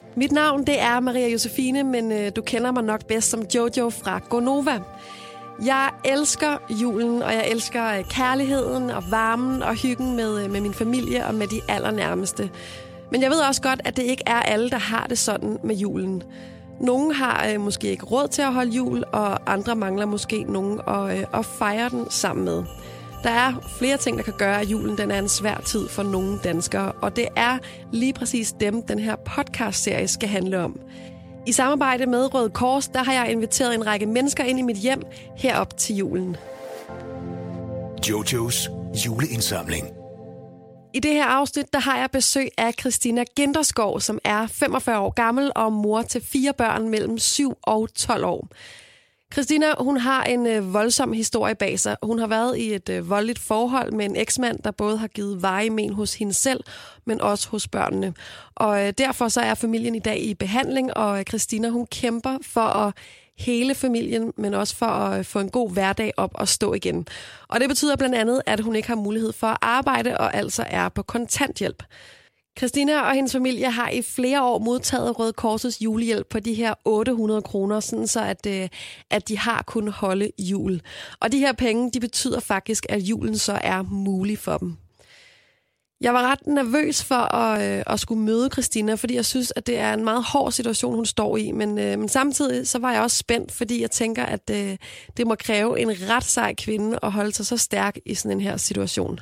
Mit navn det er Maria Josefine, men du kender mig nok bedst som Jojo fra Gonova. Jeg elsker julen, og jeg elsker kærligheden og varmen og hyggen med min familie og med de allernærmeste. Men jeg ved også godt, at det ikke er alle, der har det sådan med julen. Nogle har måske ikke råd til at holde jul, og andre mangler måske nogen at fejre den sammen med. Der er flere ting, der kan gøre, at julen den er en svær tid for nogle danskere, og det er lige præcis dem, den her podcast-serie skal handle om. I samarbejde med Røde Kors, der har jeg inviteret en række mennesker ind i mit hjem herop til julen. Jojos juleindsamling. I det her afsnit, der har jeg besøg af Christina Ginderskov, som er 45 år gammel og mor til 4 børn mellem 7 og 12 år. Christina, hun har en voldsom historie bag sig. Hun har været i et voldeligt forhold med en eksmand, der både har givet varige men hos hende selv, men også hos børnene. Og derfor så er familien i dag i behandling, og Christina, hun kæmper for at hele familien, men også for at få en god hverdag op og stå igen. Og det betyder blandt andet, at hun ikke har mulighed for at arbejde og altså er på kontanthjælp. Christina og hendes familie har i flere år modtaget Røde Korsets julehjælp på de her 800 kroner, sådan så at de har kunnet holde jul. Og de her penge, de betyder faktisk, at julen så er mulig for dem. Jeg var ret nervøs for at skulle møde Christina, fordi jeg synes, at det er en meget hård situation, hun står i. Men samtidig så var jeg også spændt, fordi jeg tænker, at det må kræve en ret sej kvinde at holde sig så stærk i sådan en her situation.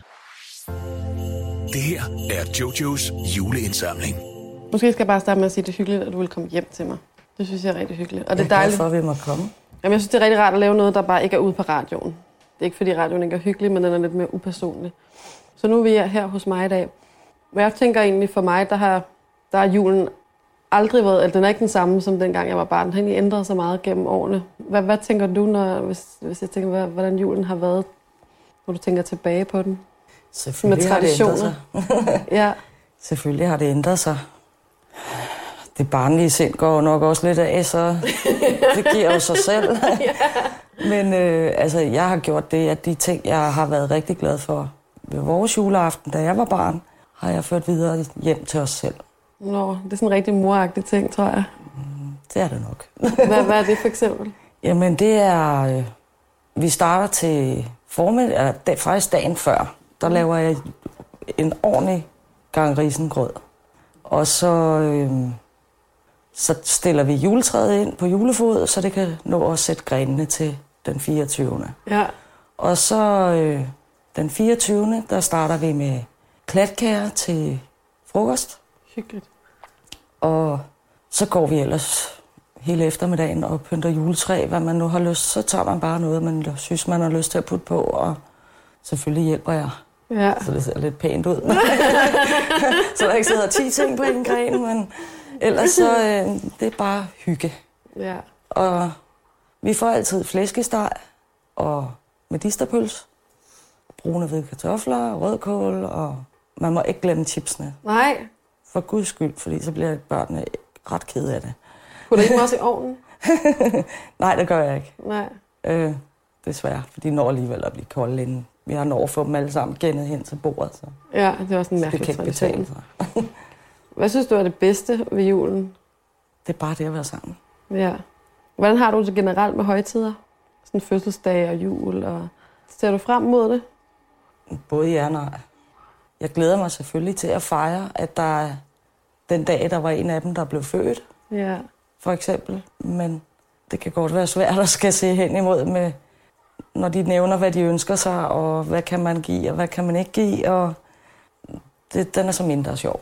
Det her er Jojos juleindsamling. Måske skal jeg bare starte med at sige, at det er hyggeligt, at du vil komme hjem til mig. Det synes jeg er rigtig hyggeligt. Og det er dejligt. Hvorfor vil man komme? Jamen, jeg synes, det er rigtig rart at lave noget, der bare ikke er ude på radioen. Det er ikke, fordi radioen ikke er hyggelig, men den er lidt mere upersonlig. Så nu er vi her hos mig i dag. Men jeg tænker egentlig for mig, der er julen aldrig været, eller den er ikke den samme, som dengang jeg var barn. Den har egentlig ændret sig meget gennem årene. Hvad tænker du, hvis jeg tænker, hvordan julen har været, når du tænker tilbage på den? Selvfølgelig har det ændret sig. Ja. Selvfølgelig har det ændret sig. Det barnlige sind går nok også lidt af, så det giver jo sig selv. Men jeg har gjort det, at de ting, jeg har været rigtig glad for ved vores juleaften, da jeg var barn, har jeg ført videre hjem til os selv. Nå, det er sådan en rigtig moragtig ting, tror jeg. Det er det nok. Hvad er det for eksempel? Jamen, det er... vi starter til formiddag, faktisk dagen før. Der laver jeg en ordentlig gang risengrød. Og så stiller vi juletræet ind på julefod, så det kan nå at sætte grenene til den 24. Ja. Og så den 24. der starter vi med klatkager til frokost. Hyggeligt. Og så går vi ellers hele eftermiddagen og pynter juletræ, hvad man nu har lyst. Så tager man bare noget, man synes, man har lyst til at putte på, og selvfølgelig hjælper jeg. Ja. Så det ser lidt pænt ud. Så der ikke sidder 10 ting på en gren, men ellers så det er bare hygge. Ja. Og vi får altid flæskesteg og medisterpøls, brune hvide kartofler, rødkål, og man må ikke glemme chipsene. Nej. For guds skyld, fordi så bliver børnene ret kede af det. Putter I dem også i ovnen? Nej, det gør jeg ikke. Nej. Desværre, for de når alligevel at blive kolde inden. Vi har når at få dem alle sammen gennet hen til bordet. Så. Ja, det er også en mærkelig tradition. Hvad synes du er det bedste ved julen? Det er bare det at være sammen. Ja. Hvordan har du det generelt med højtider? Sådan fødselsdag og jul, og ser du frem mod det? Både ja og nej. Jeg glæder mig selvfølgelig til at fejre, at der er den dag, der var en af dem, der blev født. Ja. For eksempel. Men det kan godt være svært at skal se hen imod med, når de nævner, hvad de ønsker sig, og hvad kan man give, og hvad kan man ikke give, og den er så mindre sjov.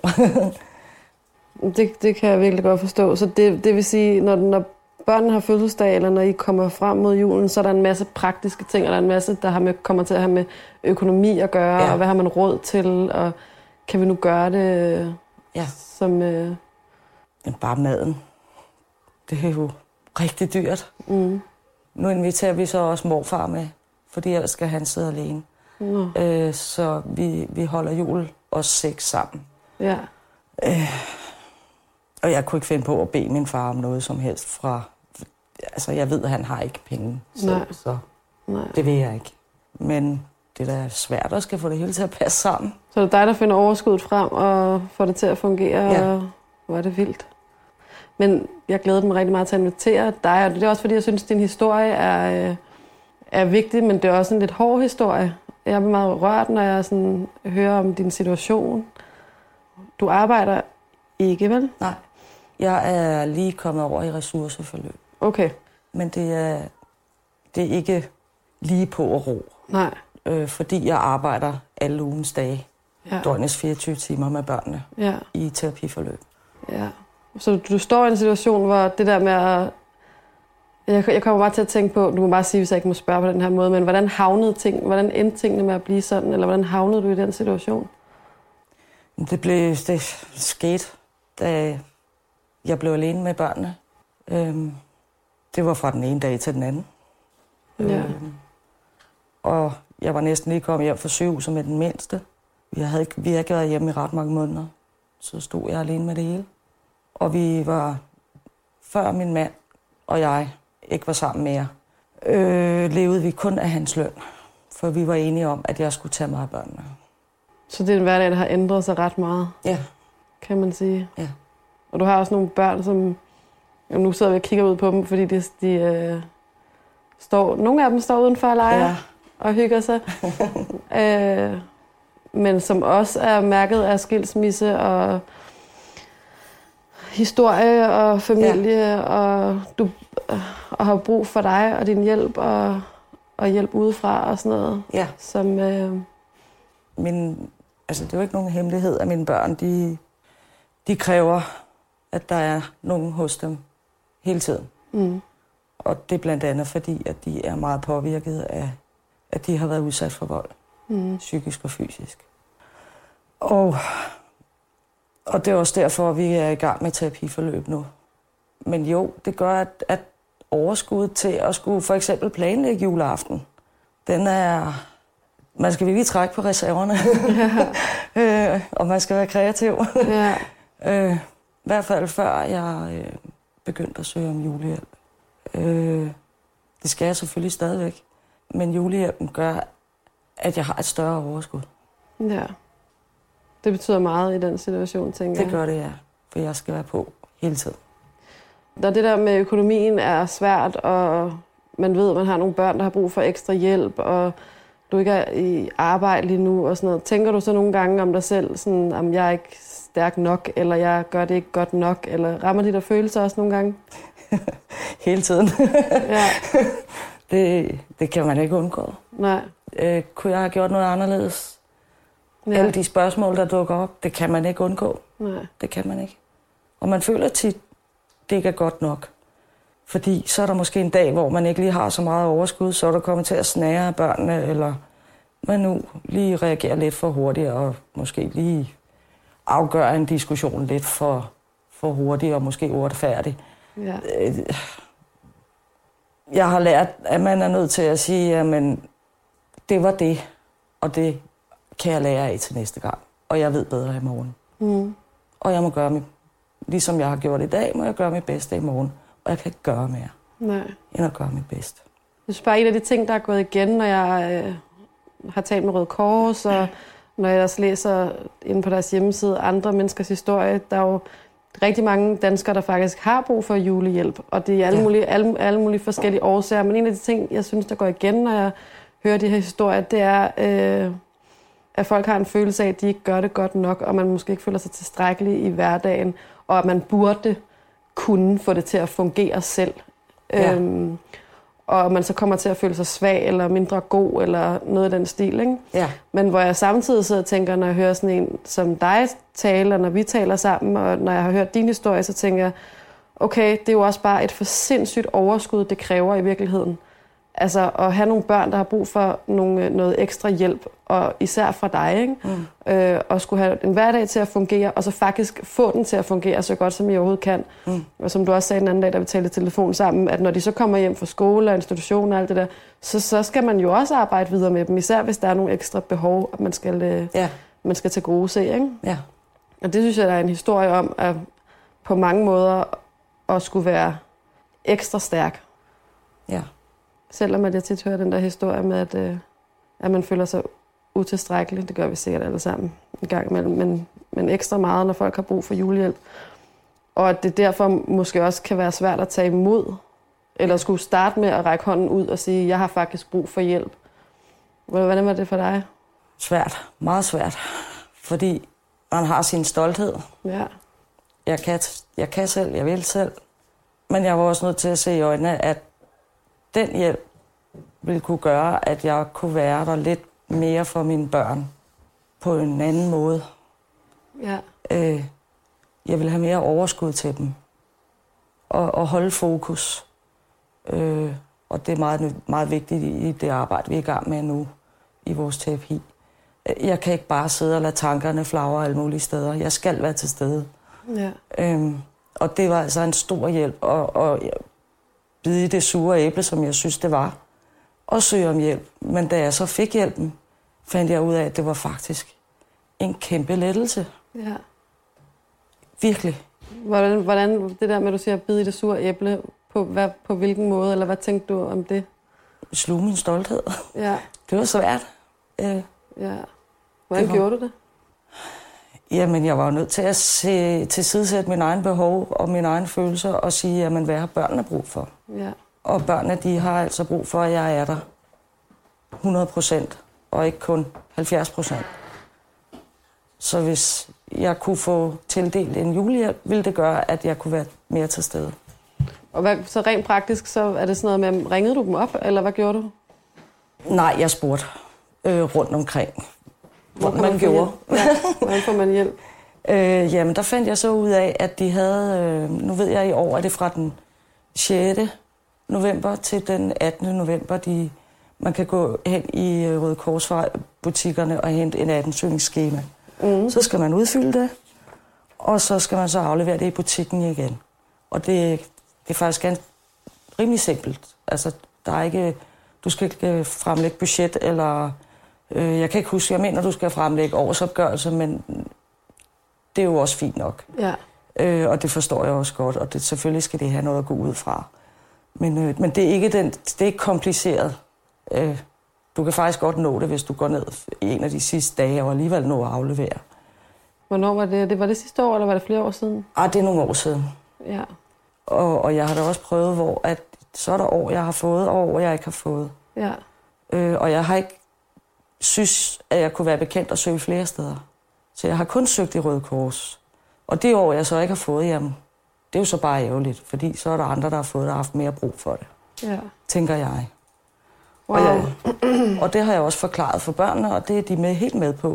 Det kan jeg virkelig godt forstå. Så det vil sige, når børnene har fødselsdag, eller når I kommer frem mod julen, så er der en masse praktiske ting, og der er en masse, der kommer til at have med økonomi at gøre, og hvad har man råd til, og kan vi nu gøre det som... Men bare maden. Det er jo rigtig dyrt. Mm. Nu inviterer vi så også morfar med, fordi ellers skal han sidde alene. Så vi holder jul os 6 sammen. Ja. Og jeg kunne ikke finde på at bede min far om noget som helst fra... Altså, jeg ved, at han har ikke penge selv, så det vil jeg ikke. Men det er da svært at skal få det hele til at passe sammen. Så det er dig, der finder overskuddet frem og får det til at fungere, og hvor er det vildt. Men jeg glæder mig rigtig meget til at invitere dig, og det er også fordi, jeg synes, at din historie er vigtig, men det er også en lidt hård historie. Jeg bliver meget rørt, når jeg sådan hører om din situation. Du arbejder ikke, vel? Nej. Jeg er lige kommet over i ressourceforløb. Okay. Men det er ikke lige på at ro. Nej. Fordi jeg arbejder alle ugens dage. Ja. Døgnets 24 timer med børnene i terapiforløb. Ja. Så du står i en situation, hvor det der med at... Jeg kommer bare til at tænke på, du må bare sige, hvis jeg ikke må spørge på den her måde, men hvordan endte tingene med at blive sådan, eller hvordan havnede du i den situation? Det skete, da jeg blev alene med børnene. Det var fra den ene dag til den anden. Ja. Og jeg var næsten lige kommet hjem fra sygehuset med den mindste. Vi havde ikke været hjemme i ret mange måneder. Så stod jeg alene med det hele. Og vi var, før min mand og jeg ikke var sammen mere, levede vi kun af hans løn. For vi var enige om, at jeg skulle tage mig af børnene. Så det er en hverdag, der har ændret sig ret meget? Ja. Kan man sige? Ja. Og du har også nogle børn, som... Nu sidder vi og kigger ud på dem, fordi de står... Nogle af dem står udenfor og leger og hygger sig. Men som også er mærket af skilsmisse og historie og familie, og du har brug for dig og din hjælp og hjælp udefra og sådan noget. Ja. Som, altså, det er jo ikke nogen hemmelighed, at mine børn, de kræver, at der er nogen hos dem hele tiden. Mm. Og det er blandt andet fordi, at de er meget påvirket af, at de har været udsat for vold. Psykisk og fysisk. Og det er også derfor, at vi er i gang med terapiforløb nu. Men jo, det gør, at overskuddet til at skulle for eksempel planlægge juleaften, den er... Man skal virkelig trække på reserverne, og man skal være kreativ. Ja. I hvert fald før jeg begyndte at søge om julehjælp. Det skal jeg selvfølgelig stadigvæk. Men julehjælpen gør, at jeg har et større overskud. Ja. Det betyder meget i den situation, tænker jeg. Det gør det, ja. For jeg skal være på hele tiden. Da det der med økonomien er svært, og man ved, at man har nogle børn, der har brug for ekstra hjælp, og du ikke er i arbejde lige nu og sådan noget. Tænker du så nogle gange om dig selv, sådan, om jeg er ikke stærk nok, eller jeg gør det ikke godt nok, eller rammer de der følelser også nogle gange? Hele tiden. Ja. Det kan man ikke undgå. Nej. Kunne jeg have gjort noget anderledes? Ja. Alle de spørgsmål, der dukker op, det kan man ikke undgå. Nej. Det kan man ikke. Og man føler tit, det ikke er godt nok. Fordi så er der måske en dag, hvor man ikke lige har så meget overskud, så er der kommet til at snære af børnene, eller man nu lige reagerer lidt for hurtigt, og måske lige afgøre en diskussion lidt for hurtigt, og måske uretfærdigt. Ja. Jeg har lært, at man er nødt til at sige, at det var det, og det kan jeg lære af til næste gang. Og jeg ved bedre i morgen. Mm. Og jeg må gøre ligesom jeg har gjort i dag, må jeg gøre mit bedste i morgen. Og jeg kan ikke gøre mere, end at gøre mit bedste. Jeg synes bare, en af de ting, der er gået igen, når jeg har talt med Røde Kors, og når jeg også læser inde på deres hjemmeside andre menneskers historie, der er jo rigtig mange danskere, der faktisk har brug for julehjælp. Og det er alle mulige forskellige årsager. Men en af de ting, jeg synes, der går igen, når jeg hører de her historier, det er, at folk har en følelse af, at de ikke gør det godt nok, og man måske ikke føler sig tilstrækkelig i hverdagen, og at man burde kunne få det til at fungere selv. Ja. Og man så kommer til at føle sig svag, eller mindre god, eller noget af den stil, ikke? Ja. Men hvor jeg samtidig sidder og tænker, når jeg hører sådan en som dig tale, og når vi taler sammen, og når jeg har hørt din historie, så tænker jeg, okay, det er jo også bare et for sindssygt overskud, det kræver i virkeligheden. Altså at have nogle børn, der har brug for noget ekstra hjælp, og især fra dig, ikke? Og skulle have en hverdag til at fungere, og så faktisk få den til at fungere så godt, som I overhovedet kan. Og som du også sagde den anden dag, da vi talte telefon sammen, at når de så kommer hjem fra skole og institution og alt det der, så skal man jo også arbejde videre med dem, især hvis der er nogle ekstra behov, at man skal til gode se, ikke? Ja. Og det synes jeg, der er en historie om, at på mange måder at skulle være ekstra stærk. Ja. Selvom at jeg tit hører den der historie med, at man føler sig utilstrækkelig. Det gør vi sikkert alle sammen en gang imellem. Men ekstra meget, når folk har brug for julehjælp. Og at det derfor måske også kan være svært at tage imod, eller skulle starte med at række hånden ud og sige, jeg har faktisk brug for hjælp. Hvordan var det for dig? Svært. Meget svært. Fordi man har sin stolthed. Ja. Jeg kan selv, jeg vil selv. Men jeg var også nødt til at se i øjnene, at den hjælp ville kunne gøre, at jeg kunne være der lidt mere for mine børn på en anden måde. Ja. Jeg vil have mere overskud til dem og holde fokus. Og det er meget, meget vigtigt i det arbejde, vi er i gang med nu i vores terapi. Jeg kan ikke bare sidde og lade tankerne flagre alle mulige steder. Jeg skal være til stede. Ja. Og det var altså en stor hjælp at bide i det sure æble, som jeg synes, det var, og søge om hjælp. Men da jeg så fik hjælpen, fandt jeg ud af, at det var faktisk en kæmpe lettelse. Ja. Virkelig. Hvordan det der med, at du siger, bide i det sure æble, på hvilken måde, eller hvad tænkte du om det? Slug min stolthed. Ja. Det var svært. Ja. Hvordan gjorde du det? Jamen, jeg var nødt til at tilsidesætte mine egne behov og mine egne følelser og sige, jamen, hvad har børnene brug for? Ja. Og børnene, de har altså brug for, at jeg er der 100%, og ikke kun 70%. Så hvis jeg kunne få tildelt en julehjælp, ville det gøre, at jeg kunne være mere til stede. Og så rent praktisk, så er det sådan noget med, ringede du dem op, eller hvad gjorde du? Nej, jeg spurgte rundt omkring, hvordan man gjorde. Ja, hvordan får man hjælp? Jamen, der fandt jeg så ud af, at de havde, nu ved jeg i år, at det fra den 6. november til den 18. november, man kan gå hen i Røde Korsvej-butikkerne og hente en 18-søgningsskema. Så skal man udfylde det, og så skal man så aflevere det i butikken igen. Og det er faktisk rimelig simpelt. Altså, der er ikke, du skal ikke fremlægge budget, eller jeg kan ikke huske, jeg mener, du skal fremlægge årsopgørelse, men det er jo også fint nok. Ja. Og det forstår jeg også godt, og selvfølgelig skal det have noget at gå ud fra. Men det er ikke kompliceret. Du kan faktisk godt nå det, hvis du går ned i en af de sidste dage, og alligevel nå at aflevere. Hvornår var det? Var det sidste år, eller var det flere år siden? Det er nogle år siden. Ja. Og jeg har da også prøvet, hvor at så er der år, jeg har fået, og år, jeg ikke har fået. Ja. Og jeg har ikke synes, at jeg kunne være bekendt at søge flere steder. Så jeg har kun søgt i Røde Kors. Og det år, jeg så ikke har fået, jamen, det er jo så bare ærgerligt, fordi så er der andre, der har fået, der har haft mere brug for det. Ja. Tænker jeg. Wow. Og det har jeg også forklaret for børnene, og det er de helt med på.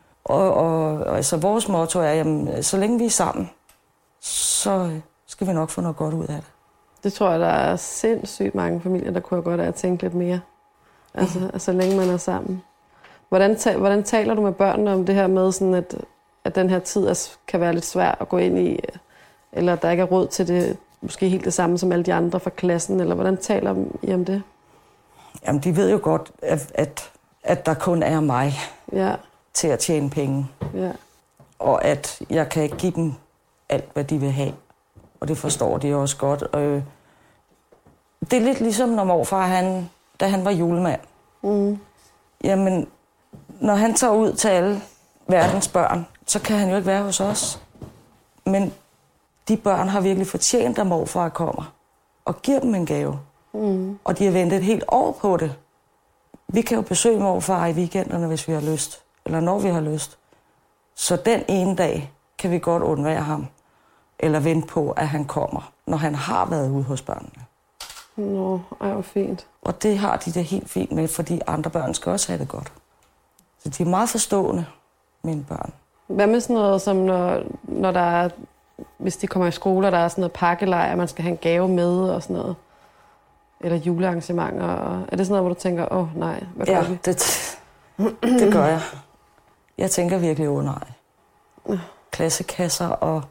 Og altså, vores motto er, jamen, så længe vi er sammen, så skal vi nok få noget godt ud af det. Det tror jeg, der er sindssygt mange familier, der kunne have godt af at tænke lidt mere. Altså, så længe man er sammen. Hvordan taler du med børnene om det her med, sådan at den her tid kan være lidt svær at gå ind i, eller at der ikke er råd til det, måske helt det samme som alle de andre fra klassen, eller hvordan taler I om det? Jamen, de ved jo godt, at der kun er mig til at tjene penge. Ja. Og at jeg kan ikke give dem alt, hvad de vil have. Og det forstår de også godt. Det er lidt ligesom, når morfar, da han var julemand. Jamen, når han tager ud til alle verdens børn, så kan han jo ikke være hos os. Men de børn har virkelig fortjent, at morfar kommer og giver dem en gave. Og de har ventet et helt år på det. Vi kan jo besøge morfar i weekenderne, hvis vi har lyst. Eller når vi har lyst. Så den ene dag kan vi godt undvære ham. Eller vente på, at han kommer, når han har været ude hos børnene. Hvor fint. Og det har de det helt fint med, fordi andre børn skal også have det godt. Så de er meget forstående, mine børn. Hvad med sådan noget, som når der er, hvis de kommer i skole, og der er sådan noget pakkelejr, man skal have en gave med og sådan noget? Eller julearrangementer? Er det sådan noget, hvor du tænker, nej, hvad gør vi? Det gør jeg. Jeg tænker virkelig, nej. Klassekasser og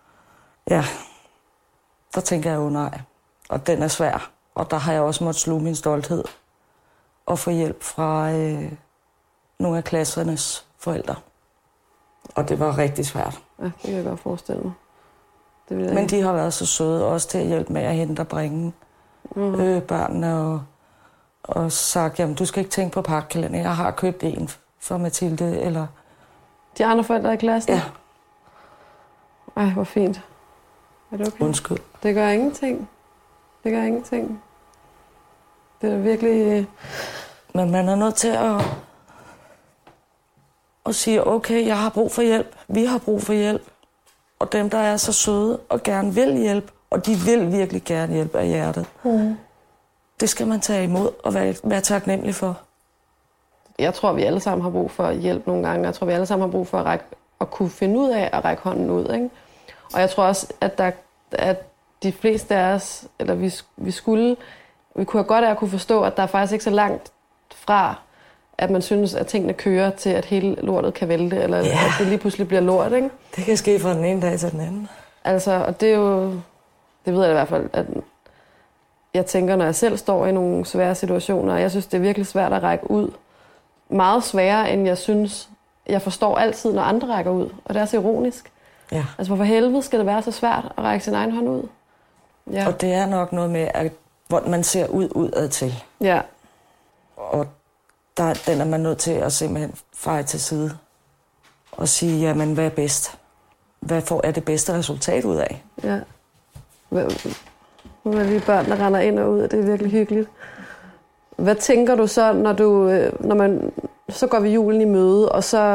der tænker jeg nej. Og den er svær. Og der har jeg også måttet sluge min stolthed og få hjælp fra nogle af klassernes forældre. Og det var rigtig svært. Ja, det kan jeg godt forestille mig. Men de har været så søde også til at hjælpe med at hente og bringe børnene og sagt, jamen du skal ikke tænke på pakkekalender. Jeg har købt en for Mathilde, eller... De andre forældre i klassen? Ja. Ej, hvor fint. Er det okay? Undskyld. Det gør ingenting. Det gør ingenting. Det er virkelig... Men man er nødt til at sige, okay, jeg har brug for hjælp. Vi har brug for hjælp. Og dem, der er så søde og gerne vil hjælpe, og de vil virkelig gerne hjælpe af hjertet. Det skal man tage imod og være taknemmelig for. Jeg tror, vi alle sammen har brug for hjælp nogle gange. Jeg tror, vi alle sammen har brug for at kunne finde ud af at række hånden ud. Ikke? Og jeg tror også, at de fleste af os, eller vi kunne have godt af at kunne forstå, at der er faktisk ikke så langt fra, at man synes, at tingene kører til, at hele lortet kan vælte, eller at det lige pludselig bliver lort, ikke? Det kan ske fra den ene dag til den anden. Altså, og det er jo... Det ved jeg i hvert fald, at jeg tænker, når jeg selv står i nogle svære situationer, og jeg synes, det er virkelig svært at række ud. Meget sværere, end jeg synes, jeg forstår altid, når andre rækker ud. Og det er så ironisk. Ja. Altså, hvorfor helvede skal det være så svært at række sin egen hånd ud? Ja. Og det er nok noget med, at hvor man ser udad til. Ja. Og den er man nødt til at simpelthen feje til side. Og sige, jamen, hvad er bedst? Hvad er det bedste resultat ud af? Ja. Nu er de børn, der render ind og ud, og det er virkelig hyggeligt. Hvad tænker du så, så går vi julen i møde, og så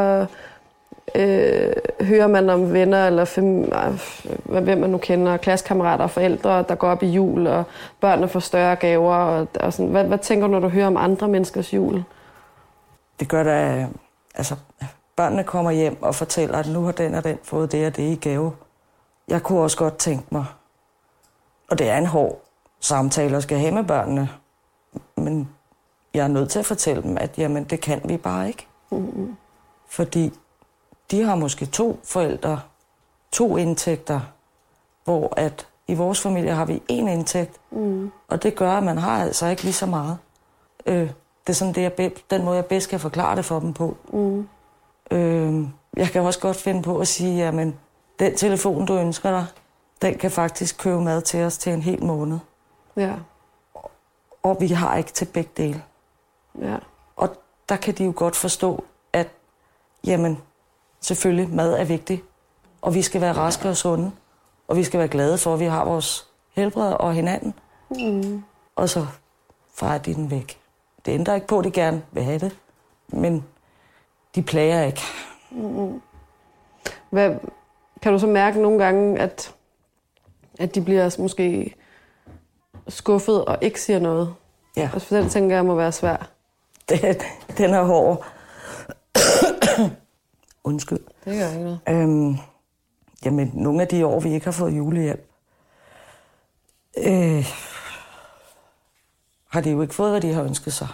hører man om venner, eller hvem man nu kender, klassekammerater og forældre, der går op i jul, og børnene får større gaver. Og sådan. Hvad tænker du, når du hører om andre menneskers jul? Det gør da... Altså, børnene kommer hjem og fortæller, at nu har den og den fået det og det i gave. Jeg kunne også godt tænke mig, og det er en hård samtale at skal have med børnene, men jeg er nødt til at fortælle dem, at jamen, det kan vi bare ikke. Mm-hmm. Fordi de har måske 2 forældre, 2 indtægter, hvor at i vores familie har vi 1 indtægt, og det gør, at man har altså ikke lige så meget. Det er sådan den måde, jeg bedst kan forklare det for dem på. Jeg kan også godt finde på at sige, jamen, den telefon, du ønsker dig, den kan faktisk købe mad til os til en hel måned. Ja. Og vi har ikke til begge dele. Ja. Og der kan de jo godt forstå, at jamen, selvfølgelig, mad er vigtigt. Og vi skal være raske og sunde. Og vi skal være glade for, at vi har vores helbred og hinanden. Og så farer de den væk. Det ændrer ikke på, at de gerne vil have det. Men de plager ikke. Kan du så mærke nogle gange, at de bliver måske skuffet og ikke siger noget? Ja. Altså for den tænker jeg må være svær. Den er hård. Undskyld. Det gør ikke noget. Jamen, nogle af de år, vi ikke har fået julehjælp, har de jo ikke fået, hvad de har ønsket sig.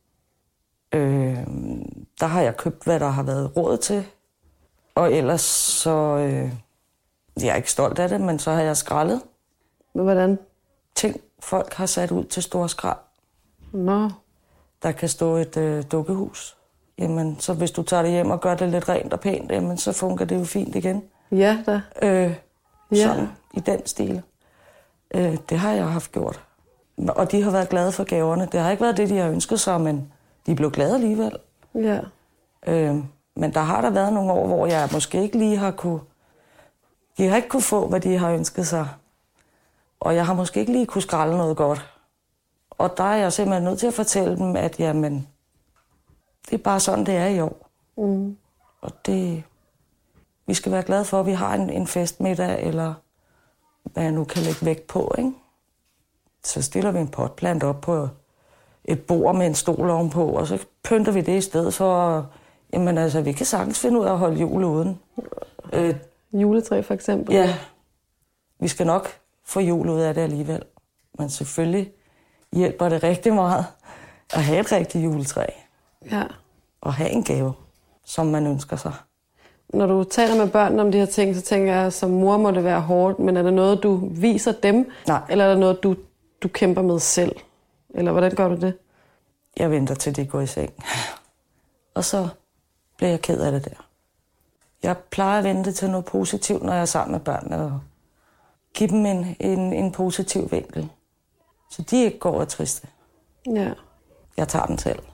Der har jeg købt, hvad der har været råd til. Og ellers så... jeg er ikke stolt af det, men så har jeg skrællet. Hvordan? Ting, folk har sat ud til store skrald. Nå. Der kan stå et dukkehus. Jamen, så hvis du tager det hjem og gør det lidt rent og pænt, jamen, så fungerer det jo fint igen. Ja, da. Sådan, i den stil. Det har jeg haft gjort. Og de har været glade for gaverne. Det har ikke været det, de har ønsket sig, men de blev glade alligevel. Ja. Men der har der været nogle år, hvor jeg måske ikke lige har kunne... De har ikke kunne få, hvad de har ønsket sig. Og jeg har måske ikke lige kunne skralde noget godt. Og der er jeg simpelthen nødt til at fortælle dem, at jamen, det er bare sådan, det er i år. Og det... Vi skal være glade for, at vi har en festmiddag, eller hvad jeg nu kan lægge vægt på, ikke? Så stiller vi en potplant op på et bord med en stol ovenpå, og så pynter vi det i stedet for... Jamen altså, vi kan sagtens finde ud af at holde jul uden. Juletræ for eksempel? Ja. Vi skal nok få jul ud af det alligevel. Men selvfølgelig hjælper det rigtig meget at have et rigtigt juletræ. Ja. Og have en gave, som man ønsker sig. Når du taler med børnene om de her ting, så tænker jeg, som mor må det være hårdt, men er det noget, du viser dem? Nej. Eller er det noget, du kæmper med selv? Eller hvordan gør du det? Jeg venter til de går i seng. Og så bliver jeg ked af det der. Jeg plejer at vente til noget positivt, når jeg er sammen med børnene. Og give dem en positiv vinkel. Så de ikke går og triste. Ja. Jeg tager den selv.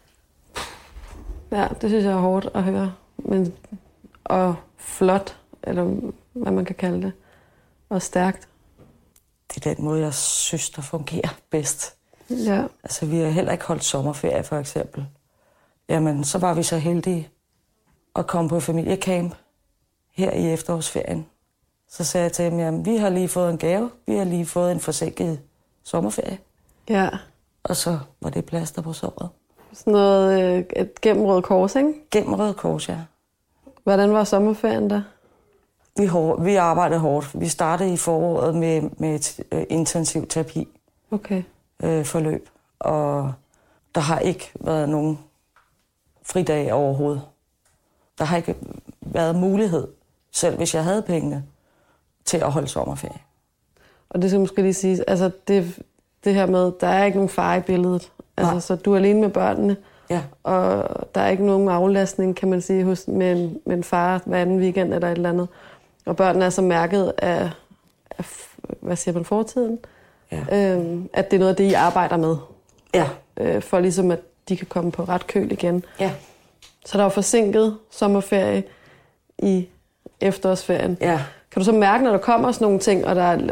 Ja, det synes jeg er hårdt at høre. Og flot, eller hvad man kan kalde det. Og stærkt. Det er den måde, jeg synes, der fungerer bedst. Ja. Altså, vi har heller ikke holdt sommerferie, for eksempel. Jamen, så var vi så heldige at komme på familiecamp her i efterårsferien. Så sagde jeg til dem, jamen, vi har lige fået en gave. Vi har lige fået en forsinket sommerferie. Ja. Og så var det plaster på såret. Sådan noget gennem Røde Kors, ikke? Gennem Røde Kors, ja. Hvordan var sommerferien der? Vi arbejdede hårdt. Vi startede i foråret med et intensiv terapi. Okay. Forløb. Og der har ikke været nogen fridag overhovedet. Der har ikke været mulighed, selv hvis jeg havde pengene, til at holde sommerferie. Og det skal måske lige sige, altså det her med, der er ikke nogen far i billedet. Altså, så du er alene med børnene, ja. Og der er ikke nogen aflastning, kan man sige, med en far hver anden weekend eller et eller andet. Og børnene er så mærket af hvad siger man, fortiden? Ja. At det er noget af det, I arbejder med. Ja. For ligesom, at de kan komme på ret køl igen. Ja. Så der er jo forsinket sommerferie i efterårsferien. Ja. Kan du så mærke, når der kommer sådan nogle ting,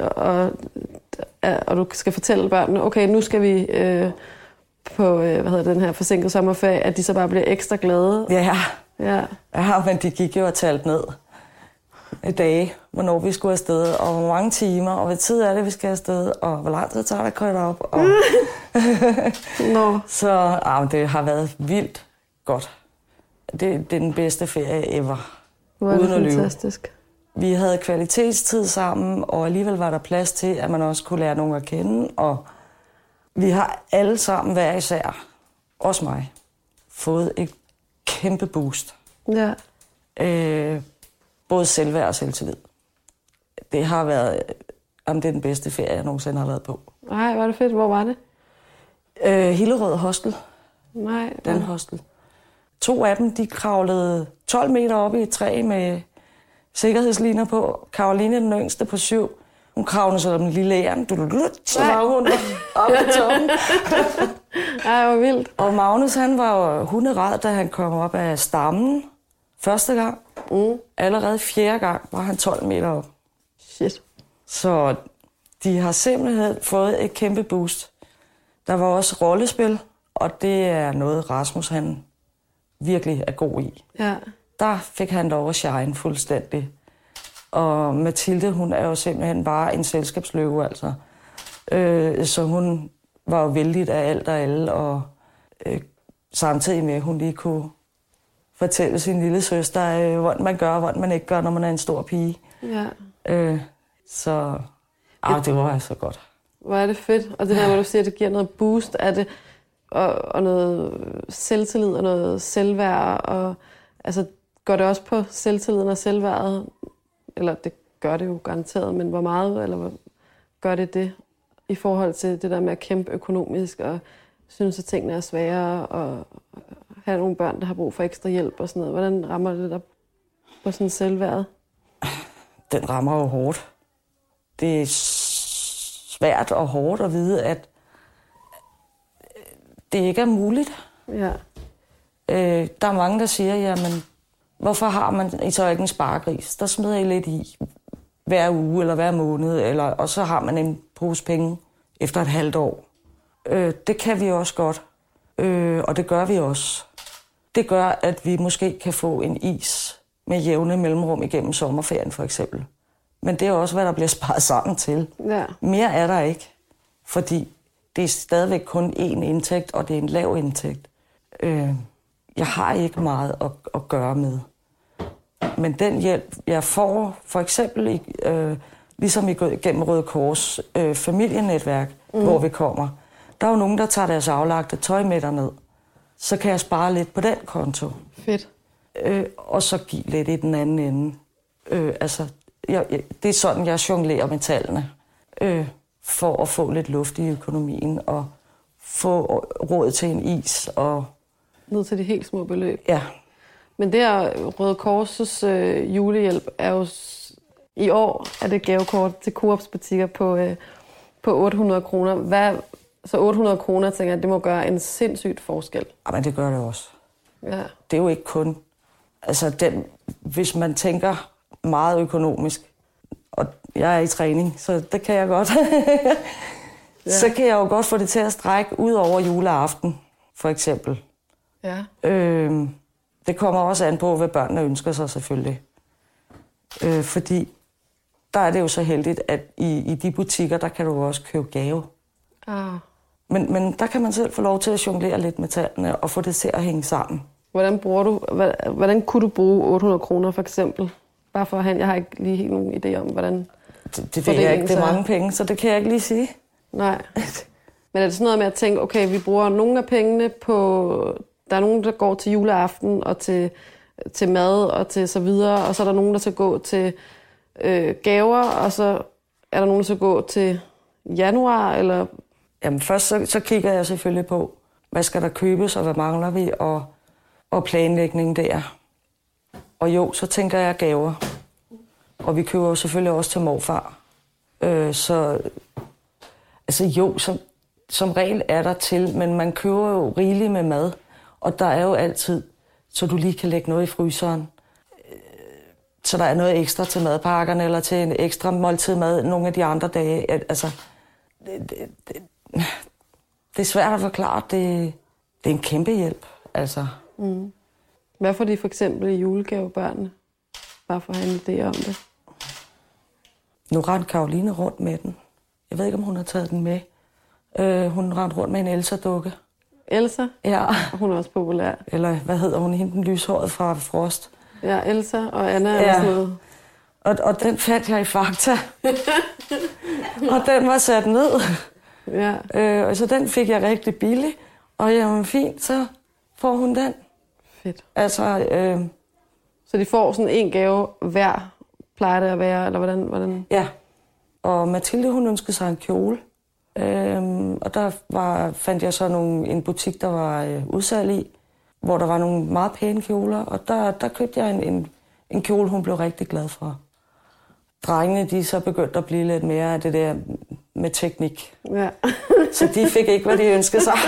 og du skal fortælle børnene, okay, nu skal vi på den her forsinkede sommerferie, at de så bare bliver ekstra glade? Ja. Ja. Ja, men de gik jo og talte ned i dage, hvornår vi skulle afsted, og hvor mange timer, og hvad tid er det, vi skal afsted, og hvor lang tid tager det at køre derop. Og Nå. Så det har været vildt godt. Det er den bedste ferie ever. Hvor er det fantastisk. Vi havde kvalitetstid sammen, og alligevel var der plads til, at man også kunne lære nogen at kende. Og vi har alle sammen hver især, også mig, fået et kæmpe boost. Ja. Både selvværd og selvtillid. Det har været, det er den bedste ferie, jeg nogensinde har været på. Nej, var det fedt. Hvor var det? Hillerød Hostel. Nej. Den hostel. 2 af dem, de kravlede 12 meter op i et træ med sikkerhedsliner på. Karoline, den yngste på 7, hun kravlede så den lille æren. Så var hun oppe på toppen. Ej, hvor vildt. Og Magnus, han var jo hunderad, da han kom op af stammen første gang. Allerede 4. gang var han 12 meter op. Shit. Så de har simpelthen fået et kæmpe boost. Der var også rollespil, og det er noget, Rasmus han virkelig er god i. Ja. Der fik han lov at shine fuldstændig. Og Mathilde, hun er jo simpelthen bare en selskabsløve, altså. Så hun var jo vældig af alt og alle, og samtidig med, at hun lige kunne fortælle sin lille søster, hvordan man gør, og hvordan man ikke gør, når man er en stor pige. Ja. Det var altså godt. Hvor er det fedt. Og det der, hvor du siger, at det giver noget boost af det, og noget selvtillid og noget selvværd. Og, altså, går det også på selvtilliden og selvværdet? Eller det gør det jo garanteret, men hvor meget, eller hvor gør det i forhold til det der med at kæmpe økonomisk, og synes, at tingene er svære, og have nogle børn, der har brug for ekstra hjælp og sådan noget. Hvordan rammer det der på sådan selvværd? Den rammer jo hårdt. Det er svært og hårdt at vide, at det ikke er muligt. Ja. Der er mange, der siger, jamen, hvorfor har man så ikke en sparegris? Der smider I lidt i hver uge eller hver måned, og så har man en pose penge efter et halvt år. Det kan vi også godt, og det gør vi også. Det gør, at vi måske kan få en is med jævne mellemrum igennem sommerferien for eksempel. Men det er også, hvad der bliver sparet sammen til. Ja. Mere er der ikke, fordi det er stadigvæk kun én indtægt, og det er en lav indtægt. Jeg har ikke meget at gøre med. Men den hjælp, jeg får, for eksempel ligesom gennem Røde Kors familienetværk, hvor vi kommer, der er jo nogen, der tager deres aflagte tøj med derned. Så kan jeg spare lidt på den konto. Fedt. Og så give lidt i den anden ende. Det er sådan, jeg jonglerer med tallene. For at få lidt luft i økonomien og få råd til en is. Og ned til de helt små beløb. Ja. Men det her Røde Kors' julehjælp er jo i år er det gavekort til Coops butikker på 800 kroner. Så 800 kroner, tænker jeg, det må gøre en sindssygt forskel. Men det gør det også. Ja. Det er jo ikke kun... hvis man tænker meget økonomisk, Og jeg er i træning, så det kan jeg godt. Så kan jeg jo godt få det til at strække ud over juleaften, for eksempel. Ja. Det kommer også an på, hvad børnene ønsker sig selvfølgelig. Fordi der er det jo så heldigt, at i de butikker, der kan du også købe gave. Men der kan man selv få lov til at jonglere lidt med tallene og få det til at hænge sammen. Hvordan kunne du bruge 800 kroner for eksempel? Bare for jeg har ikke lige helt nogen idé om, hvordan... Det ved jeg ikke. Det er mange penge, så det kan jeg ikke lige sige. Nej. Men er det sådan noget med at tænke, okay, vi bruger nogle af pengene på... Der er nogen, der går til juleaften og til mad og til så videre, og så er der nogen, der skal gå til gaver, og så er der nogen, der skal gå til januar, eller... Jamen først så kigger jeg selvfølgelig på, hvad skal der købes, og hvad mangler vi, og planlægning der. Og jo, så tænker jeg gaver. Og vi køber jo selvfølgelig også til morfar. Som regel er der til, men man køber jo rigeligt med mad. Og der er jo altid, så du lige kan lægge noget i fryseren. Så der er noget ekstra til madpakkerne, eller til en ekstra måltid mad nogle af de andre dage. Altså, det er svært at forklare. Det er en kæmpe hjælp, altså. Mm. Hvad får de for eksempel i julegave børnene? Bare for at have en idé om det. Nu rendte Karoline rundt med den. Jeg ved ikke, om hun har taget den med. Hun rendte rundt med en Elsa-dukke. Elsa? Ja. Hun er også populær. Eller hvad hedder hun? Hende den lyshåret fra Frost. Ja, Elsa og Anna og sådan noget. Og den fandt jeg i Fakta. Og den var sat ned. Ja. Og så den fik jeg rigtig billig. Og jamen fint, så får hun den. Fedt. Altså, så de får sådan en gave hver, plejer det at være, eller hvordan? Ja. Og Mathilde, hun ønskede sig en kjole. Og der fandt jeg så en butik, der var udsalg i, hvor der var nogle meget pæne kjoler. Og der købte jeg en kjole, hun blev rigtig glad for. Drengene, de så begyndte at blive lidt mere af det der med teknik. Ja. Så de fik ikke, hvad de ønskede sig.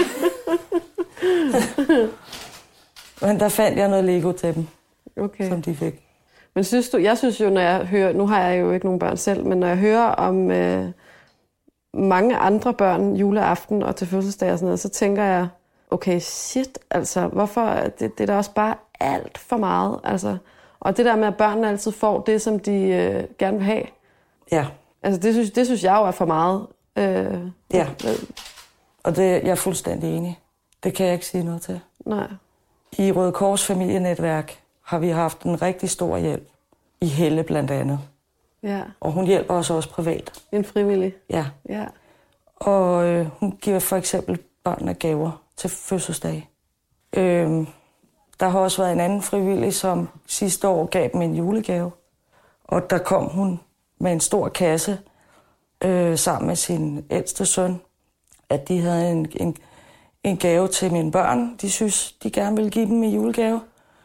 Men der fandt jeg noget Lego til dem, som de fik. Men jeg synes jo, når jeg hører, nu har jeg jo ikke nogen børn selv, men når jeg hører om mange andre børn juleaften og til fødselsdag og sådan noget, så tænker jeg, okay, shit, altså, hvorfor, det er da også bare alt for meget, altså. Og det der med, at børnene altid får det, som de gerne vil have. Ja. Altså, det synes jeg jo er for meget. Ja, og jeg er fuldstændig enig. Det kan jeg ikke sige noget til. Nej. I Røde Kors familienetværk har vi haft en rigtig stor hjælp. I Helle blandt andet. Ja. Og hun hjælper os også privat. En frivillig? Ja. Ja. Og hun giver for eksempel børnene gaver til fødselsdag. Der har også været en anden frivillig, som sidste år gav dem en julegave. Og der kom hun med en stor kasse sammen med sin ældste søn. At de havde en gave til mine børn. De synes, de gerne ville give dem en julegave.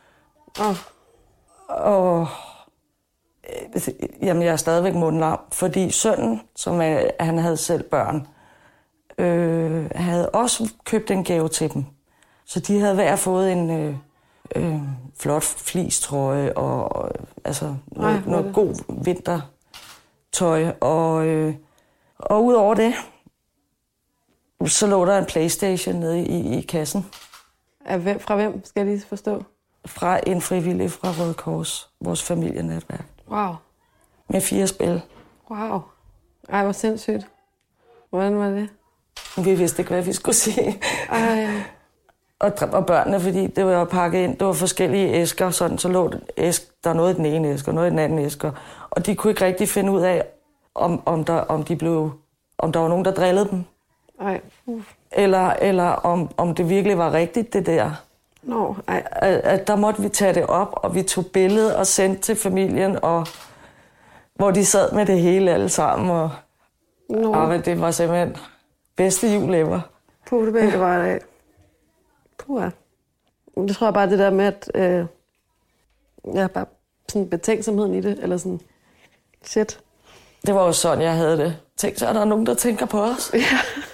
Og jamen, jeg er stadigvæk mundlam, fordi sønnen, som han havde selv børn, havde også købt en gave til dem. Så de havde hver fået en flot fleecetrøje og altså noget god vintertøj. Og ud over det, så lå der en PlayStation nede i kassen. Fra hvem, skal jeg lige forstå? Fra en frivillig fra Røde Kors, vores familienetværk. Wow. Med 4 spil. Wow. Ej, hvor sindssygt. Hvordan var det? Vi vidste ikke, hvad vi skulle sige. Ej. Og børnene, fordi det var jo pakket ind, det var forskellige æsker, sådan, så lå der noget i den ene æske, og noget i den anden æske. Og de kunne ikke rigtig finde ud af, om der var nogen, der drillede dem. Ej. Eller om det virkelig var rigtigt, det der. At der måtte vi tage det op, og vi tog billede og sendte til familien, og hvor de sad med det hele alle sammen. Og men det var simpelthen bedste jul ever. Det var det. Puha. Det tror jeg bare det der med, at bare sådan betænksomheden i det, eller sådan shit. Det var jo sådan, jeg havde det. Tænk så, er der nogen, der tænker på os. Ja.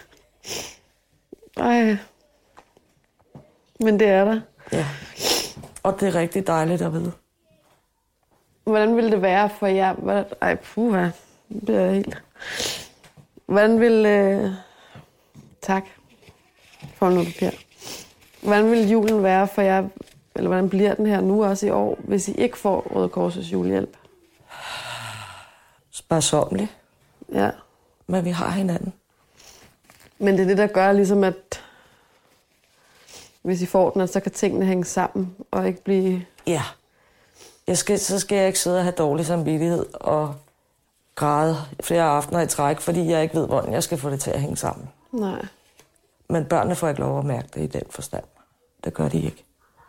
Ej. Men det er der. Ja. Og det er rigtig dejligt at vide. Hvordan ville det være for jer? Det bliver jeg helt... Hvordan ville... Tak for noget papir. Hvordan ville julen være for jer, eller hvordan bliver den her nu også i år, hvis I ikke får Røde Korsets julehjælp? Sparsomlig. Ja. Men vi har hinanden. Men det er det, der gør ligesom, at hvis I får den, så kan tingene hænge sammen og ikke blive... Ja. Så skal jeg ikke sidde og have dårlig samvittighed og græde flere aftener i træk, fordi jeg ikke ved, hvordan jeg skal få det til at hænge sammen. Nej. Men børnene får ikke lov at mærke det i den forstand. Det gør de ikke.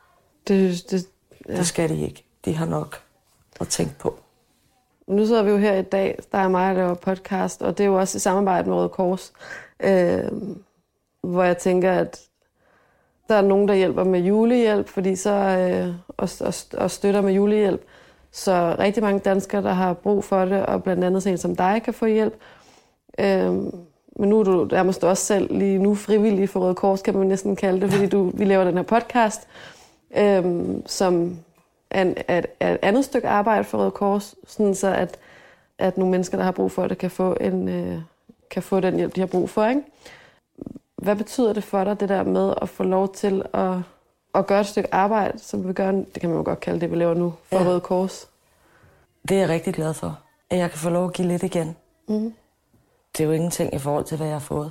Det skal de ikke. De har nok at tænke på. Nu sidder vi jo her i dag, der er mig, der laver podcast, og det er jo også i samarbejde med Røde Kors, hvor jeg tænker, at der er nogen, der hjælper med julehjælp, fordi så og støtter med julehjælp. Så rigtig mange danskere, der har brug for det, og blandt andet en som dig, kan få hjælp. Men nu er du nærmest også selv lige nu frivillig for Røde Kors, kan man næsten kalde det, fordi vi laver den her podcast, som er et andet stykke arbejde for Røde Kors, sådan så at nogle mennesker, der har brug for det, kan få den hjælp, de har brug for, ikke? Hvad betyder det for dig, det der med at få lov til at gøre et stykke arbejde, som vi gør, det kan man jo godt kalde det, vi laver nu, for Røde Kors? Det er jeg rigtig glad for, at jeg kan få lov at give lidt igen. Mm. Det er jo ingenting i forhold til, hvad jeg har fået.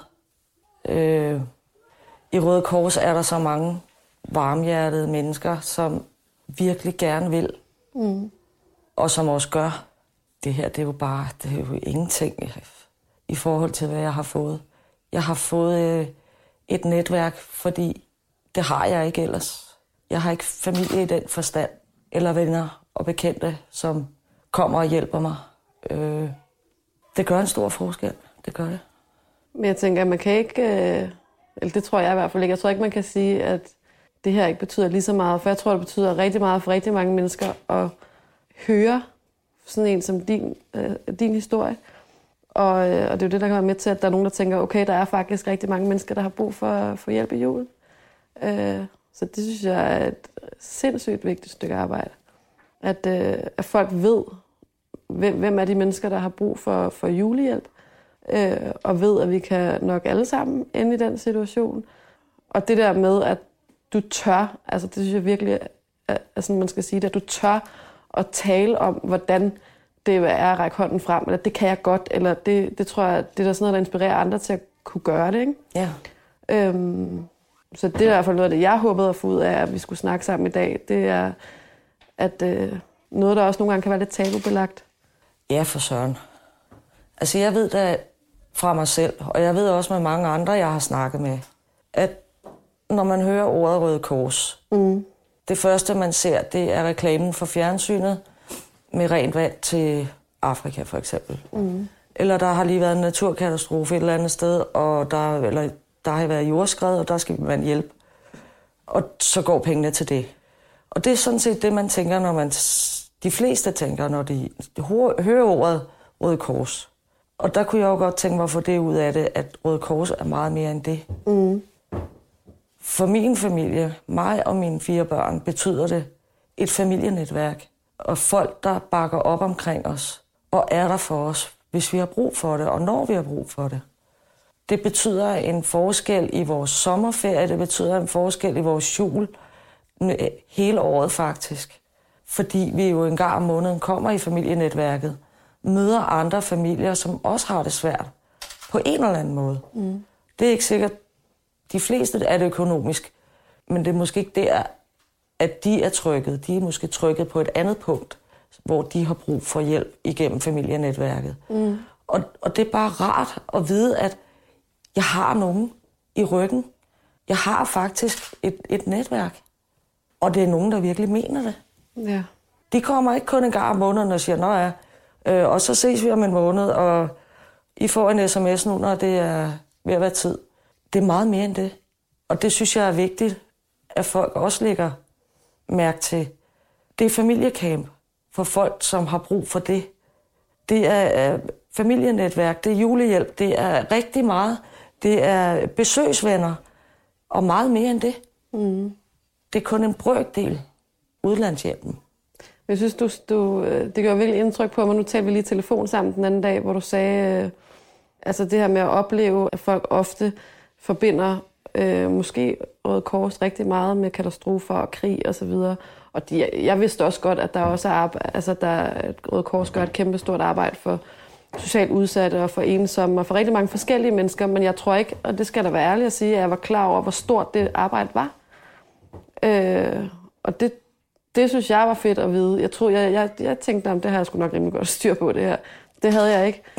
I Røde Kors er der så mange varmhjertede mennesker, som virkelig gerne vil, og som også gør. Det her, det er jo ingenting i forhold til, hvad jeg har fået. Jeg har fået et netværk, fordi det har jeg ikke ellers. Jeg har ikke familie i den forstand, eller venner og bekendte, som kommer og hjælper mig. Det gør en stor forskel, det gør det. Men jeg tænker, at man kan ikke, eller det tror jeg i hvert fald ikke, jeg tror ikke, man kan sige, at det her ikke betyder lige så meget, for jeg tror, det betyder rigtig meget for rigtig mange mennesker at høre sådan en som din historie. Og det er jo det, der kan være med til, at der er nogen, der tænker, okay, der er faktisk rigtig mange mennesker, der har brug for hjælp i julen. Så det synes jeg er et sindssygt vigtigt stykke arbejde. At folk ved, hvem er de mennesker, der har brug for julehjælp, og ved, at vi kan nok alle sammen ende i den situation. Og det der med, at du tør, altså det synes jeg virkelig er sådan, man skal sige det, at du tør at tale om, hvordan det er at række hånden frem, eller det kan jeg godt, eller det tror jeg, det er der sådan noget, der inspirerer andre til at kunne gøre det, ikke? Ja. Så det er i hvert fald noget af det, jeg håbede at få ud af, at vi skulle snakke sammen i dag. Det er, at noget, der også nogle gange kan være lidt tabubelagt. Ja, for søren. Altså, jeg ved da fra mig selv, og jeg ved også med mange andre, jeg har snakket med, at når man hører ordet Røde Kors, det første, man ser, det er reklamen for fjernsynet med rent vand til Afrika, for eksempel. Eller der har lige været en naturkatastrofe et eller andet sted, og der har været jordskred, og der skal man hjælpe. Og så går pengene til det. Og det er sådan set det, man tænker, når de fleste tænker, når de hører ordet Røde Kors. Og der kunne jeg jo godt tænke mig at få det ud af det, at Røde Kors er meget mere end det. For min familie, mig og mine 4 børn, betyder det et familienetværk. Og folk, der bakker op omkring os og er der for os, hvis vi har brug for det, og når vi har brug for det. Det betyder en forskel i vores sommerferie, det betyder en forskel i vores jul, hele året faktisk. Fordi vi jo en gang om måneden kommer i familienetværket, møder andre familier, som også har det svært på en eller anden måde. Det er ikke sikkert, de fleste er det økonomisk, men det er måske ikke der, at de er trykket. De er måske trykket på et andet punkt, hvor de har brug for hjælp igennem familienetværket. Og det er bare rart at vide, at jeg har nogen i ryggen. Jeg har faktisk et netværk. Og det er nogen, der virkelig mener det. Ja. De kommer ikke kun en gang om måneden og siger, nå ja, og så ses vi om en måned, og I får en sms nu, når det er ved at være tid. Det er meget mere end det. Og det synes jeg er vigtigt, at folk også lægger mærke til. Det er familiecamp for folk, som har brug for det. Det er familienetværk, det er julehjælp, det er rigtig meget. Det er besøgsvenner, og meget mere end det. Det er kun en brøkdel udlandshjælpen. Jeg synes, det gør virkelig indtryk på mig. Nu talte vi lige telefon sammen den anden dag, hvor du sagde, altså det her med at opleve, at folk ofte forbinder måske Røde Kors rigtig meget med katastrofer og krig og så videre. Og jeg vidste også godt, at der også er Røde Kors gør et kæmpe stort arbejde for socialt udsatte og for ensomme og for rigtig mange forskellige mennesker, men jeg tror ikke, og det skal da være ærligt at sige, at jeg var klar over, hvor stort det arbejde var. Og det synes jeg var fedt at vide. Jeg tænkte, at det har jeg sgu nok rimelig godt styr på det her. Det havde jeg ikke.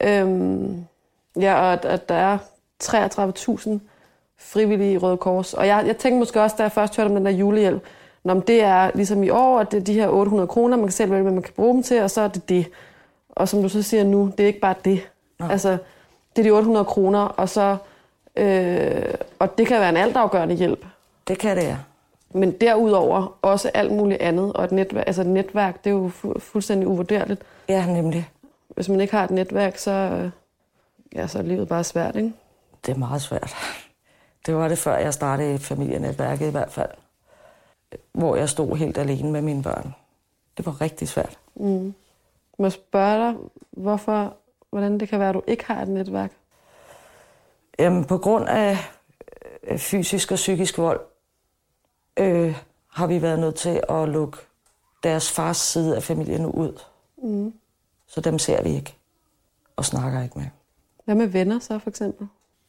Ja, og at der er 33.000 frivillige i Røde Kors. Og jeg tænkte måske også, da jeg først hørte om den der julehjælp, om det er ligesom i år, at det er de her 800 kroner, man kan selv vælge, hvad man kan bruge dem til, og så er det det. Og som du så siger nu, det er ikke bare det. Altså, det er de 800 kroner, og så og det kan være en altafgørende hjælp. Det kan det, ja. Men derudover også alt muligt andet. Og et netværk, det er jo fuldstændig uvurderligt. Ja, nemlig. Hvis man ikke har et netværk, så er livet bare svært, ikke? Det er meget svært. Det var det, før jeg startede familienetværket i hvert fald. Hvor jeg stod helt alene med mine børn. Det var rigtig svært. Må jeg spørge dig, hvordan det kan være, at du ikke har et netværk? Jamen, på grund af fysisk og psykisk vold, har vi været nødt til at lukke deres fars side af familien ud. Så dem ser vi ikke og snakker ikke med. Hvad med venner så, for eksempel?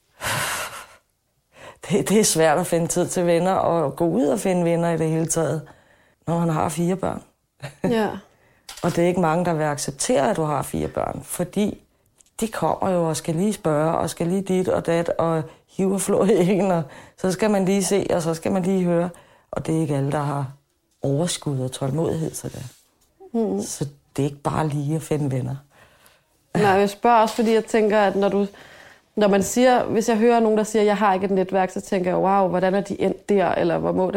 Det er svært at finde tid til venner og gå ud og finde venner i det hele taget, når man har 4 børn. Ja. Og det er ikke mange, der vil acceptere, at du har 4 børn, fordi de kommer jo og skal lige spørge, og skal lige dit og dat, og hive og flå i en, og så skal man lige se, og så skal man lige høre. Og det er ikke alle, der har overskud og tålmodighed til det. Så det er ikke bare lige at finde venner. Nej, jeg spørger også, fordi jeg tænker, at når man siger, hvis jeg hører nogen, der siger, at jeg har ikke et netværk, så tænker jeg, wow, hvordan er de endt der? Eller hvor må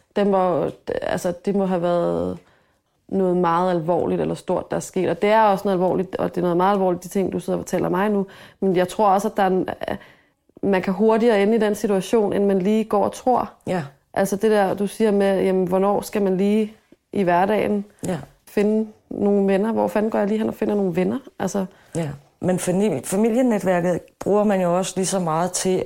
det må have været noget meget alvorligt eller stort, der er sket. Og det er også noget alvorligt, og det er noget meget alvorligt, de ting, du sidder og fortæller mig nu. Men jeg tror også, at man kan hurtigere ende i den situation, end man lige går og tror. Ja. Altså det der, du siger med, jamen, hvornår skal man lige i hverdagen finde nogle venner? Hvor fanden går jeg lige hen og finder nogle venner? Altså. Ja, men familienetværket bruger man jo også lige så meget til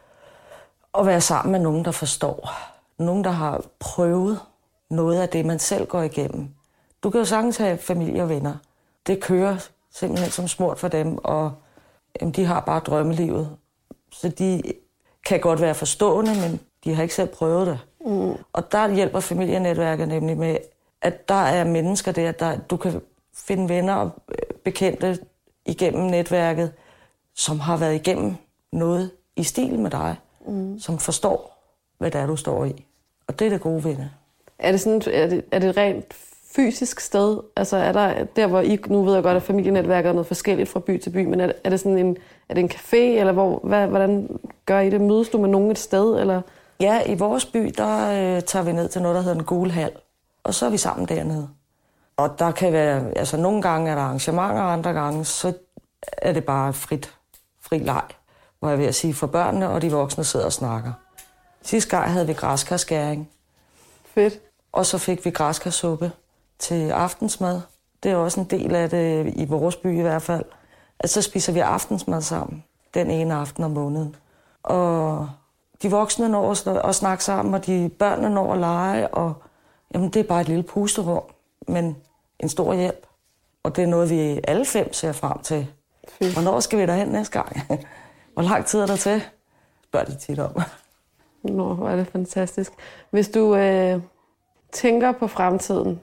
at være sammen med nogen, der forstår. Nogen, der har prøvet noget af det, man selv går igennem. Du kan jo sagtens have familie og venner. Det kører simpelthen som smurt for dem, og de har bare drømmelivet. Så de kan godt være forstående, men de har ikke selv prøvet det. Og der hjælper familienetværket nemlig med, at der er mennesker der du kan finde venner og bekendte igennem netværket, som har været igennem noget i stil med dig, som forstår, hvad det er, du står i. Og det er det gode ved det. Er det et rent fysisk sted? Altså er der hvor I, nu ved jeg godt, at familienetværket er noget forskelligt fra by til by, men er det sådan er det en café, eller hvordan gør I det? Mødes du med nogen et sted, eller? Ja, i vores by, der tager vi ned til noget, der hedder en gul hal, og så er vi sammen dernede. Og der kan være, altså nogle gange er der arrangementer, og andre gange, så er det bare fri leg, hvor jeg vil sige for børnene, og de voksne sidder og snakker. Sidste gang havde vi græskarskæring. Fedt. Og så fik vi græskarsuppe til aftensmad. Det er også en del af det i vores by i hvert fald. At så spiser vi aftensmad sammen den ene aften om måneden. Og de voksne når at snakke sammen, og de børnene når at lege, og jamen, det er bare et lille pusterum, men en stor hjælp. Og det er noget, vi alle 5 ser frem til. Fedt. Hvornår skal vi derhen næste gang? Hvor lang tid er der til? Spørger de tit om. Nå, hvor er det fantastisk. Hvis du tænker på fremtiden,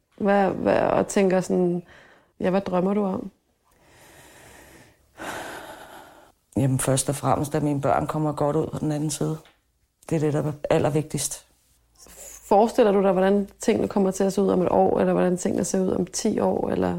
og tænker sådan, hvad drømmer du om? Jamen først og fremmest, at mine børn kommer godt ud på den anden side. Det er det, der er allervigtigst. Forestiller du dig, hvordan tingene kommer til at se ud om et år, eller hvordan tingene ser ud om 10 år? Eller?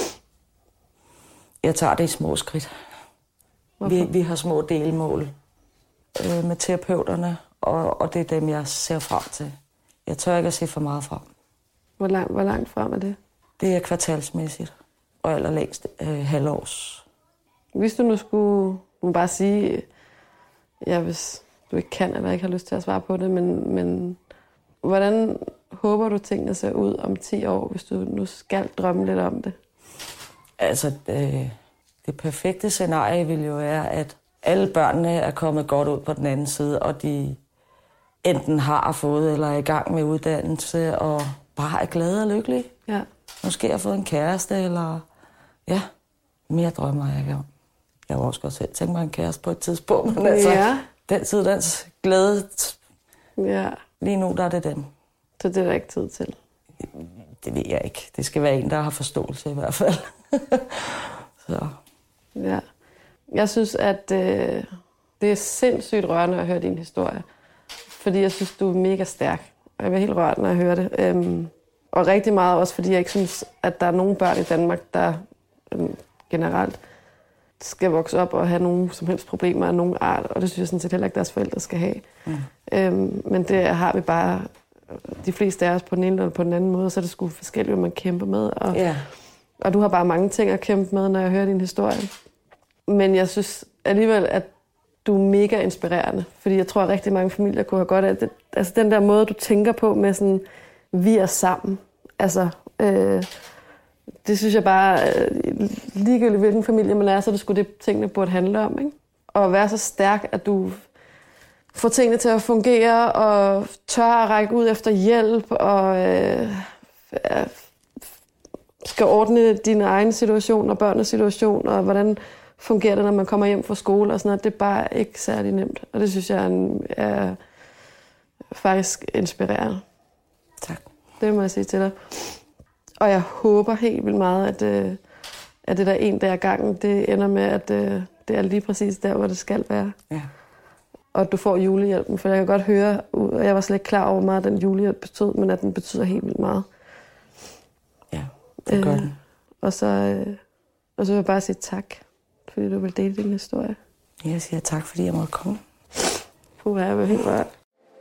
Jeg tager det i små skridt. Vi har små delmål med terapeuterne, og det er dem, jeg ser frem til. Jeg tør ikke at se for meget frem. Hvor langt frem er det? Det er kvartalsmæssigt, og allerlængst halvårs. Hvis du nu skulle bare sige, hvis du ikke kan eller ikke har lyst til at svare på det, men hvordan håber du, tingene ser ud om 10 år, hvis du nu skal drømme lidt om det? Altså, det perfekte scenarie ville jo være, at alle børnene er kommet godt ud på den anden side, og de enten har fået eller er i gang med uddannelse, og bare er glade og lykkelige. Ja. Måske har fået en kæreste, eller ja, mere drømmer jeg ikke om. Jeg har også godt selv tænkt mig en kæreste på et tidspunkt, men altså, den tid, dens glæde, lige nu, der er det den. Så det er der ikke tid til? Det ved jeg ikke. Det skal være en, der har forståelse i hvert fald. Så. Ja. Jeg synes, at det er sindssygt rørende at høre din historie. Fordi jeg synes, du er mega stærk. Og jeg bliver helt rørt, når jeg hører det. Og rigtig meget også, fordi jeg ikke synes, at der er nogen børn i Danmark, der generelt skal vokse op og have nogen som helst problemer af nogen art. Og det synes jeg sådan set heller ikke, deres forældre skal have. Men det har vi bare, de fleste af os på den ene eller på den anden måde, så er det sgu forskelligt, hvad man kæmper med. Og du har bare mange ting at kæmpe med, når jeg hører din historie. Men jeg synes alligevel, at du er mega inspirerende. Fordi jeg tror, at rigtig mange familier kunne have godt af det. Altså den der måde, du tænker på med sådan, vi er sammen. Altså, det synes jeg bare, ligegyldigt hvilken familie man er, så er det sgu det, tingene burde handle om. Ikke? Og at være så stærk, at du får tingene til at fungere, og tør at række ud efter hjælp, og skal ordne din egen situation og børnenes situation, og hvordan fungerer det, når man kommer hjem fra skole og sådan noget. Det er bare ikke særlig nemt. Og det synes jeg er faktisk inspirerende. Tak. Det må jeg sige til dig. Og jeg håber helt vildt meget, at det der en dag ad gangen, det ender med, at det er lige præcis der, hvor det skal være. Ja. Og at du får julehjælpen, for jeg kan godt høre, og jeg var slet ikke klar over, hvor meget den julehjælp betød, men at den betyder helt vildt meget. Ja, det gør den. Og så vil jeg bare sige tak, fordi du vil dele din historie. Jeg siger tak, fordi jeg måtte komme. Jeg var helt rørt.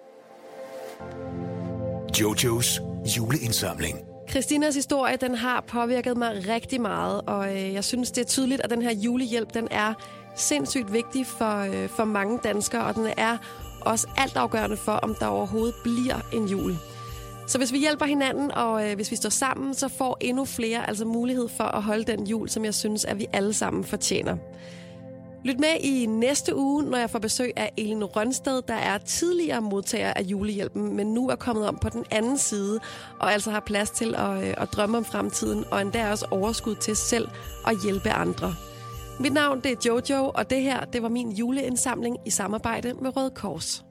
Jojos juleindsamling. Christinas historie, den har påvirket mig rigtig meget, og jeg synes, det er tydeligt, at den her julehjælp, den er sindssygt vigtig for mange danskere, og den er også altafgørende for, om der overhovedet bliver en jul. Så hvis vi hjælper hinanden, og hvis vi står sammen, så får endnu flere altså mulighed for at holde den jul, som jeg synes, at vi alle sammen fortjener. Lyt med i næste uge, når jeg får besøg af Elin Rønsted, der er tidligere modtager af julehjælpen, men nu er kommet om på den anden side, og altså har plads til at drømme om fremtiden, og endda også overskud til selv at hjælpe andre. Mit navn det er Jojo, og det her det var min juleindsamling i samarbejde med Røde Kors.